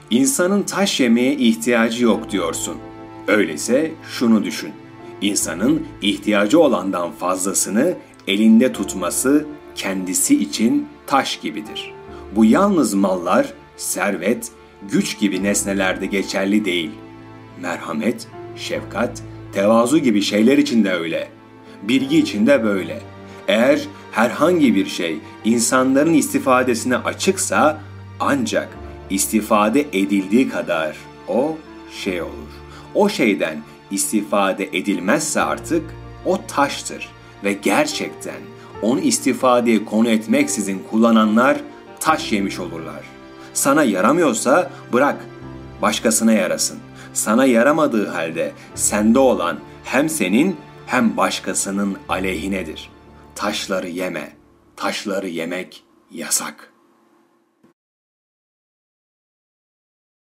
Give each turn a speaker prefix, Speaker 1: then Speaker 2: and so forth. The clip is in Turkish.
Speaker 1: İnsanın taş yemeye ihtiyacı yok diyorsun. Öyleyse şunu düşün. İnsanın ihtiyacı olandan fazlasını elinde tutması kendisi için taş gibidir. Bu yalnız mallar, servet, güç gibi nesnelerde geçerli değil. Merhamet, şefkat, tevazu gibi şeyler için de öyle. Bilgi için de böyle. Eğer herhangi bir şey insanların istifadesine açıksa ancak istifade edildiği kadar o şey olur. O şeyden istifade edilmezse artık o taştır ve gerçekten onu istifadeye konu etmeksizin kullananlar taş yemiş olurlar. Sana yaramıyorsa bırak, başkasına yarasın. Sana yaramadığı halde sende olan hem senin hem başkasının aleyhinedir. Taşları yeme, taşları yemek yasak.